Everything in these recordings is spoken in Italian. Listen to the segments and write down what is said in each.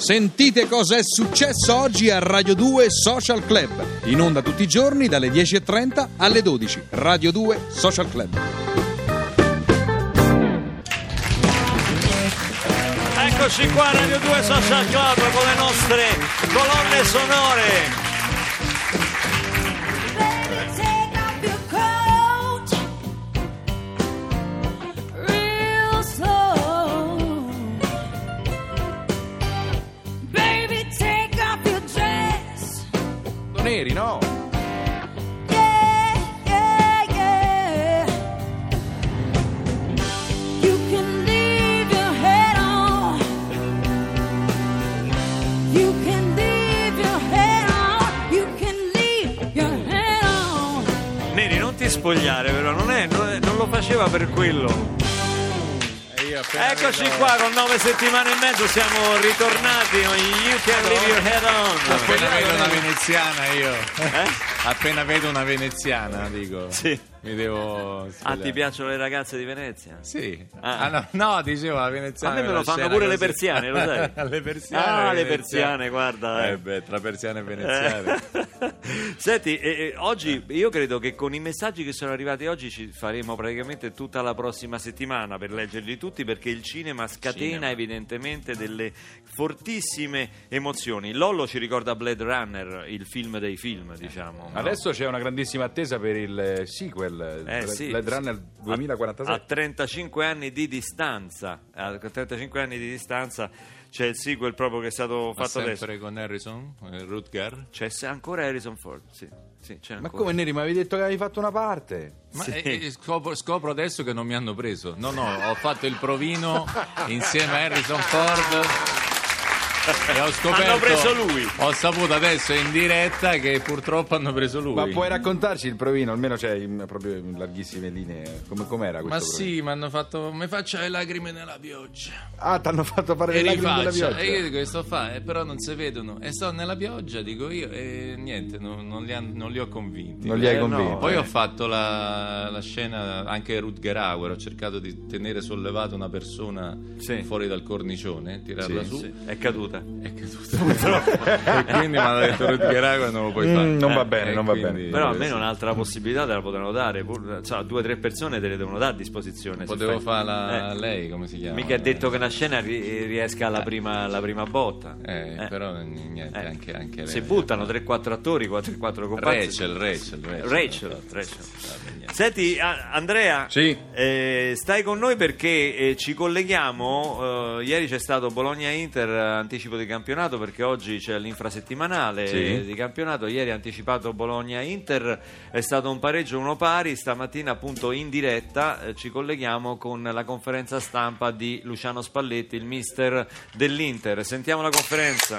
Sentite cosa è successo oggi a Radio 2 Social Club. In onda tutti i giorni dalle 10:30 alle 12. Radio 2 Social Club. Eccoci qua, Radio 2 Social Club con le nostre colonne sonore. Neri, no? You can leave your head on. You can leave your head on. You can leave your head on. Neri, non ti spogliare, però non lo faceva per quello. Eccoci qua con 9 settimane e mezzo, siamo ritornati. You can leave your head on. Appena vedo una veneziana io. Appena vedo una veneziana dico. Sì. Mi devo Ah, ti piacciono le ragazze di Venezia? Sì. No, dicevo la veneziana. A me me lo fanno pure le persiane, lo sai? Le persiane. Le persiane, guarda. Tra persiane e veneziane. Senti, oggi io credo che con i messaggi che sono arrivati oggi ci faremo praticamente tutta la prossima settimana per leggerli tutti, perché il cinema scatena evidentemente delle fortissime emozioni. Lollo ci ricorda Blade Runner, il film dei film, diciamo. Adesso c'è una grandissima attesa per il sequel. Sì, Blade Runner 2047. A 35 anni di distanza, c'è il sequel proprio che è stato fatto adesso. Sempre con Harrison, Rutger. C'è ancora Harrison Ford, sì, c'è Ma ancora. come, Neri, ma avevi detto che avevi fatto una parte? Ma scopro adesso che non mi hanno preso. No, ho fatto il provino insieme a Harrison Ford. E ho scoperto, hanno preso lui. Ho saputo adesso in diretta che purtroppo hanno preso lui. Ma puoi raccontarci il provino? Almeno proprio in larghissime linee. Com'era questo? Ma provino? sì, mi hanno fatto. Mi faccia le lacrime nella pioggia. Ah, ti hanno fatto fare le lacrime nella pioggia. E io dico che sto a fare, però non si vedono. E sto nella pioggia, dico io, e niente, non li ho convinti. Non li hai convinti. no. Poi ho fatto la scena anche Rutger Hauer, ho cercato di tenere sollevata una persona fuori dal cornicione, tirarla su. Sì. È caduta. È caduta e quindi mi hanno detto Rutger Hauer non lo puoi fare. Non va bene, non va quindi, bene. Però almeno un'altra possibilità te la potevano dare, 2 o 3 persone te le devono dare a disposizione. Potevo fare lei, come si chiama? Mica è detto che una scena riesca alla prima botta. Però niente, anche si buttano 3-4 attori, 4 comparse. Rachel. Senti, Andrea, sì. Stai con noi perché ci colleghiamo. Ieri c'è stato Bologna-Inter, anticipo di campionato, perché oggi c'è l'infrasettimanale di campionato. Ieri ha anticipato Bologna-Inter, è stato un pareggio 1-1. Stamattina appunto in diretta ci colleghiamo con la conferenza stampa di Luciano Spalletti, il mister dell'Inter. Sentiamo la conferenza.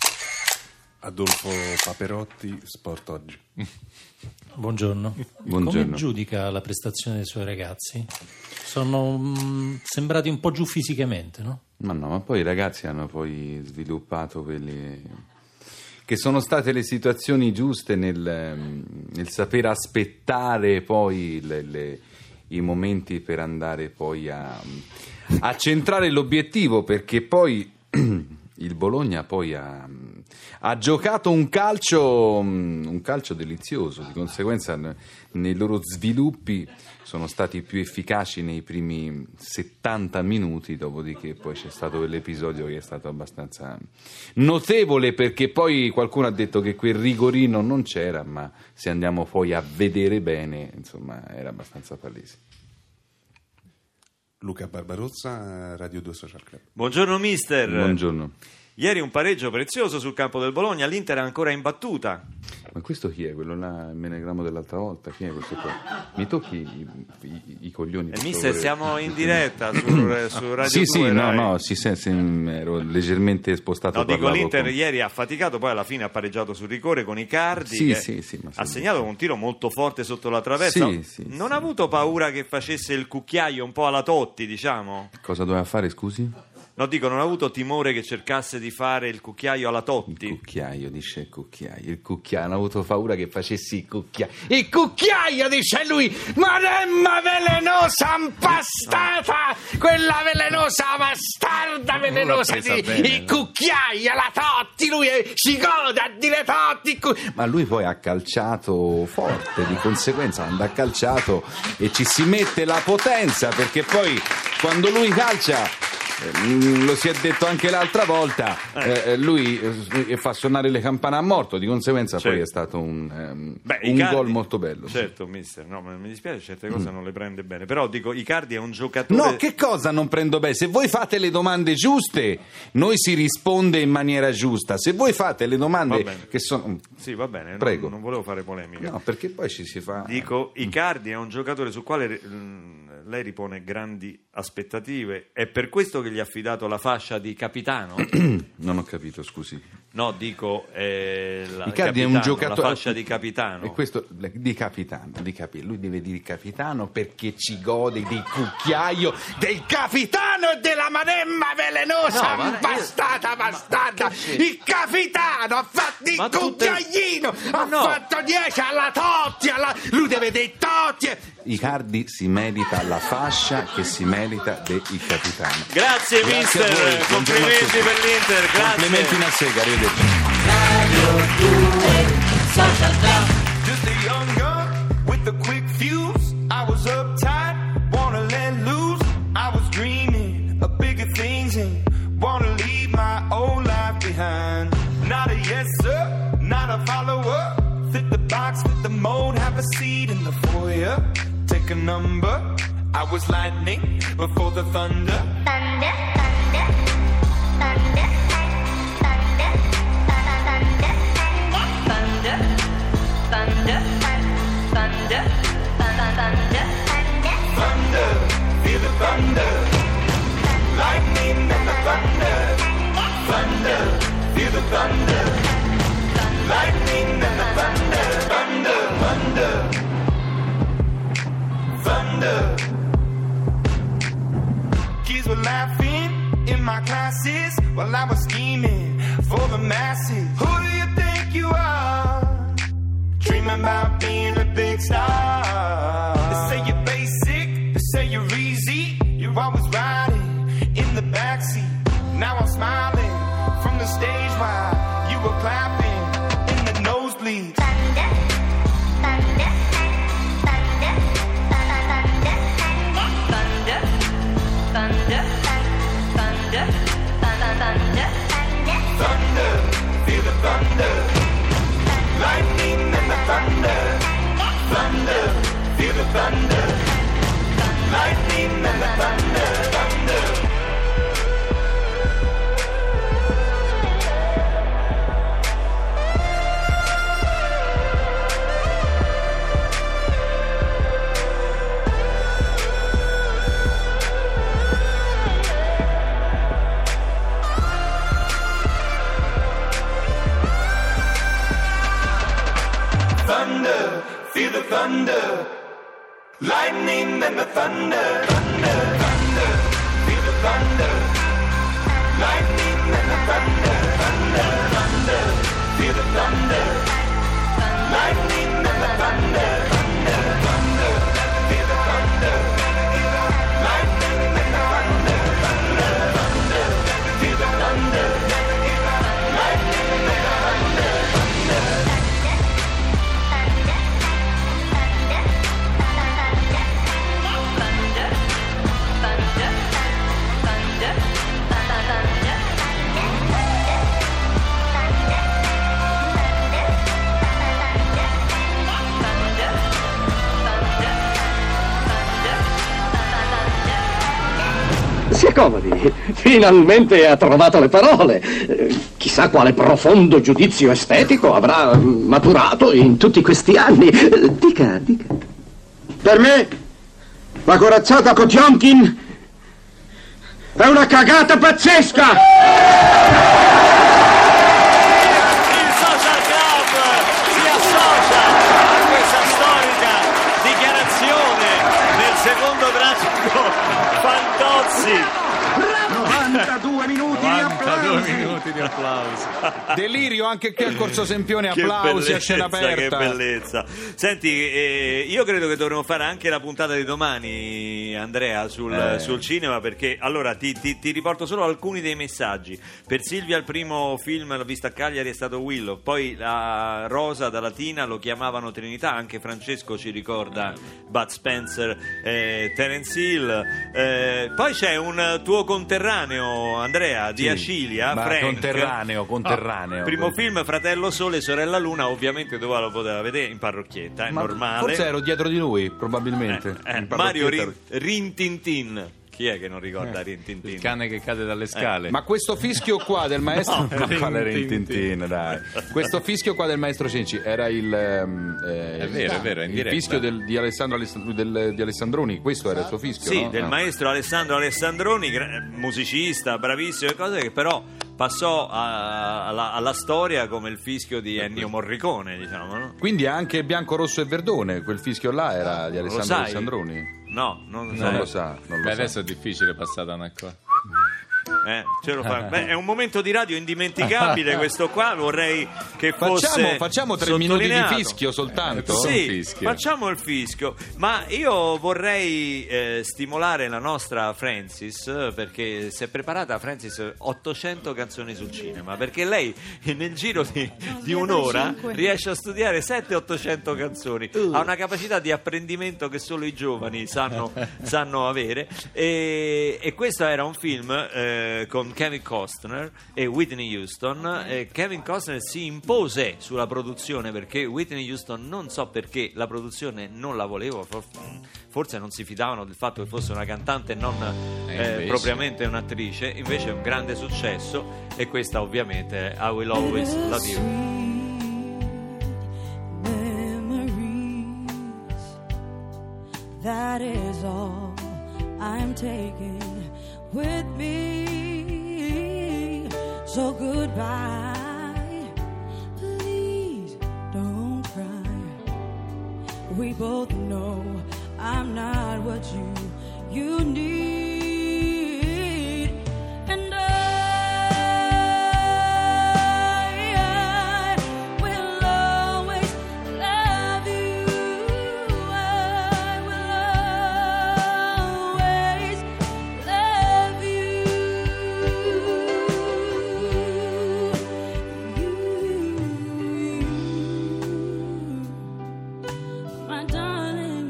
Adolfo Paperotti, Sport Oggi. Buongiorno. Come giudica la prestazione dei suoi ragazzi? Sono sembrati un po' giù fisicamente, no? Ma poi i ragazzi hanno poi sviluppato quelle che sono state le situazioni giuste nel saper aspettare poi i momenti per andare poi a centrare l'obiettivo, perché poi il Bologna poi ha giocato un calcio delizioso, di conseguenza nei loro sviluppi sono stati più efficaci nei primi 70 minuti, dopodiché poi c'è stato quell'episodio che è stato abbastanza notevole, perché poi qualcuno ha detto che quel rigorino non c'era, ma se andiamo poi a vedere bene, insomma, era abbastanza palese. Luca Barbarossa, Radio 2 Social Club. Buongiorno mister. Buongiorno. Ieri un pareggio prezioso sul campo del Bologna, l'Inter è ancora in battuta. Ma questo chi è? Quello là, il menegramo dell'altra volta? Chi è questo qua? Mi tocchi i coglioni. Mister, siamo in diretta su Radio 2. Sì, ero leggermente spostato. No, dico, l'Inter ieri ha faticato, poi alla fine ha pareggiato sul rigore con Icardi, ha segnato un tiro molto forte sotto la traversa. Non ha avuto paura che facesse il cucchiaio un po' alla Totti, diciamo? Cosa doveva fare, scusi? No, dico, non ha avuto timore che cercasse di fare il cucchiaio alla Totti? Il cucchiaio, dice il cucchiaio, hanno avuto paura che facessi il cucchiaio. Il cucchiaio, dice lui, Maremma velenosa impastata, quella velenosa bastarda velenosa il cucchiaio, la Totti, lui si gode a dire Totti. Ma lui poi ha calciato forte, di conseguenza quando ha calciato e ci si mette la potenza, perché poi quando lui calcia, lo si è detto anche l'altra volta, lui fa suonare le campane a morto, di conseguenza certo. Poi è stato un Icardi, gol molto bello. Certo, mister, no, ma mi dispiace, certe cose non le prende bene, però dico, Icardi è un giocatore... No, che cosa non prendo bene? Se voi fate le domande giuste, noi si risponde in maniera giusta. Se voi fate le domande che sono... Sì, va bene, prego. Non volevo fare polemica. No, perché poi ci si fa... Dico, Icardi è un giocatore sul quale lei ripone grandi aspettative, è per questo che gli ha affidato la fascia di capitano? Non ho capito, scusi. No, dico, Icardi è un giocatore, la fascia di capitano. E questo di capitano, lui deve dire capitano perché ci gode del cucchiaio del capitano e della Maremma velenosa bastarda. Il capitano ha fatto il cucchiaino, ha fatto 10 alla Totti, lui deve dei Totti. Icardi si merita la fascia che si merita del capitano. Grazie mister, complimenti per l'Inter, grazie. Complimenti in sega, arrivederci. Just a young gun with a quick fuse. I was uptight, wanna let loose. I was dreaming of bigger things and wanna leave my old life behind. Not a yes sir, not a follower. Fit the box, fit the mold, have a seat in the foyer. Take a number. I was lightning before the thunder. Thunder, thunder, thunder, thunder, thunder, thunder, thunder, thunder, thunder, thunder, feel the thunder, lightning and the thunder, thunder, feel the thunder, lightning and the thunder, thunder, thunder, thunder. Kids were laughing in my classes while I was scheming for the masses. Who do you think you are? Dreaming about being a big star. They say you're basic, they say you're easy. You're always riding in the backseat. Now I'm smiling from the stage while you were clapping in the nosebleeds. thunder, thunder, thunder, thunder, thunder, thunder, thunder, Thunder, feel the thunder, lightning and the thunder, thunder, feel the thunder, lightning and the thunder, thunder. Thunder, feel the thunder, lightning and the thunder, thunder, thunder, feel the thunder, lightning and the thunder, thunder, thunder, feel the thunder, lightning and the thunder, thunder, thunder, feel the thunder, lightning and the thunder, thunder, thunder, feel the thunder, lightning and the thunder, thunder. Si accomodi, finalmente ha trovato le parole. Chissà quale profondo giudizio estetico avrà maturato in tutti questi anni. Dica. Per me, la corazzata Potionkin è una cagata pazzesca! Il Social Club si associa a questa storica dichiarazione del secondo grafico Fantozzi. 92 minuti di applausi. Delirio anche qui a Corso Sempione, Che applausi a bellezza, scena aperta. Che bellezza. Senti, io credo che dovremmo fare anche la puntata di domani, Andrea, sul cinema, perché allora ti riporto solo alcuni dei messaggi. Per Silvia il primo film l'ho visto a Cagliari è stato Willow, poi la Rosa da Latina lo chiamavano Trinità, anche Francesco ci ricorda Bud Spencer, Terence Hill, poi c'è un tuo conterraneo, Andrea, di Acilia, Ma Frank. conterraneo. Primo film Fratello Sole e Sorella Luna, ovviamente dove lo poteva vedere? In parrocchietta, è normale. Forse ero dietro di lui, probabilmente. In Mario parrocchietta. Rintintin. Chi è che non ricorda Rintintin? Il cane che cade dalle scale. Ma questo fischio qua del maestro Ma quale Rintintin, dai. questo fischio qua del maestro Cenci era È vero, è in il diretta. fischio di Alessandroni, questo era il suo fischio, Sì, no? del maestro Alessandro Alessandroni, musicista, bravissimo, e cose che però passò alla storia come il fischio di Ennio Morricone, diciamo, no? Quindi anche Bianco, Rosso e Verdone, quel fischio là era di Alessandro sai? Alessandroni. No, non lo Non sai. lo sa, non lo Beh, sa. adesso è difficile passare da una cosa. Ce lo fa. Beh, è un momento di radio indimenticabile questo qua, vorrei che fosse Facciamo 3 minuti di sottolineato. fischio soltanto? Sì. Sì, fischio. facciamo il fischio, ma io vorrei stimolare la nostra Francis, perché si è preparata Francis 800 canzoni sul cinema, perché lei nel giro di un'ora riesce a studiare 700-800 canzoni, ha una capacità di apprendimento che solo i giovani sanno avere, e questo era un film con Kevin Costner e Whitney Houston. Kevin Costner si impose sulla produzione perché Whitney Houston, non so perché, la produzione non la voleva, forse non si fidavano del fatto che fosse una cantante e non invece. propriamente un'attrice. Invece è un grande successo, e questa ovviamente è I Will Always Love You. Memories, that is all I'm taking with me. So goodbye, please don't cry. We both know I'm not what you need, and I will always love you. I will always love you. My darling,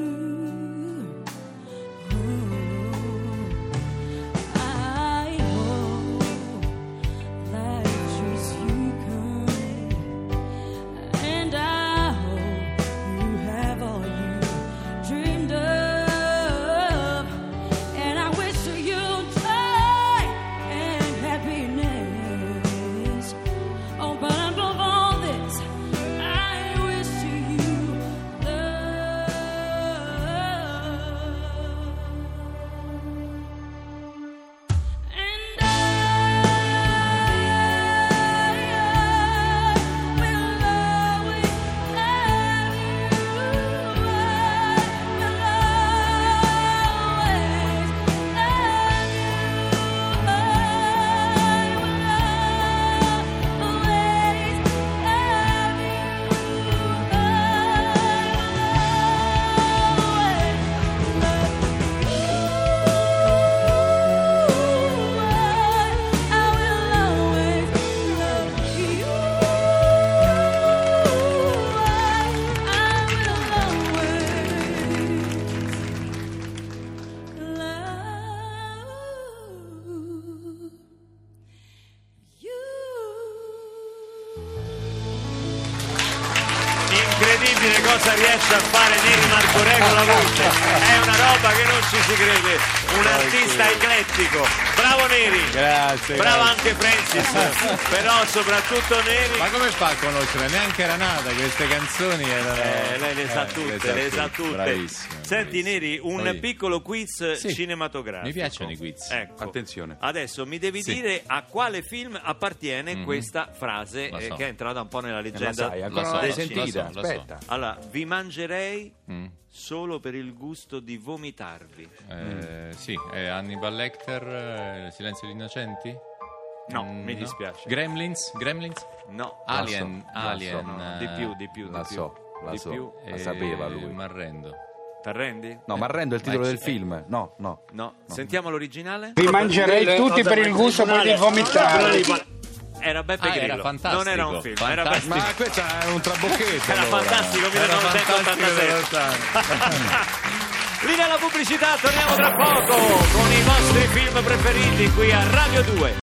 I hope life treats you kind, and I hope you have all you dreamed of, and I wish you joy and happiness. Oh, but above all this, I wish you love. And I will always love you. I will always love Incredibile cosa riesce a fare Neri Marcorè con la voce, è una roba che non ci si crede, un artista eclettico. Bravo Neri, Grazie. bravo grazie. anche Francis, però soprattutto Neri. Ma come fa a conoscere? Neanche era nata, queste canzoni erano... Lei le sa tutte, le sa tutte. Bravissimo. Senti bravissimo. Neri, un Poi- piccolo quiz Sì. cinematografico. Mi piacciono i quiz. Ecco. Attenzione. Adesso mi devi Sì. dire a quale film appartiene questa frase La so. che è entrata un po' nella La leggenda. sai, ancora so, non l'hai la so, sentita? la so. Aspetta. Allora, vi mangerei Mm. solo per il gusto di vomitarvi. Sì, Hannibal Lecter, Silenzio degli innocenti? No, mi dispiace. Gremlins? No. Alien? La so. No. Di più. La so, Di so. più. La sapeva lui. Mi arrendo. T'arrendi? No, ma arrendo il titolo del film. No. No. Sentiamo l'originale? Vi mangerei tutti per il gusto poi di vomitare. Era Beppe Grillo. Era fantastico. Non era un film. Fantastico. Ma questo è un trabocchetto. Era allora. fantastico, Era 1987. Linea alla pubblicità, torniamo tra poco con i vostri film preferiti qui a Radio 2.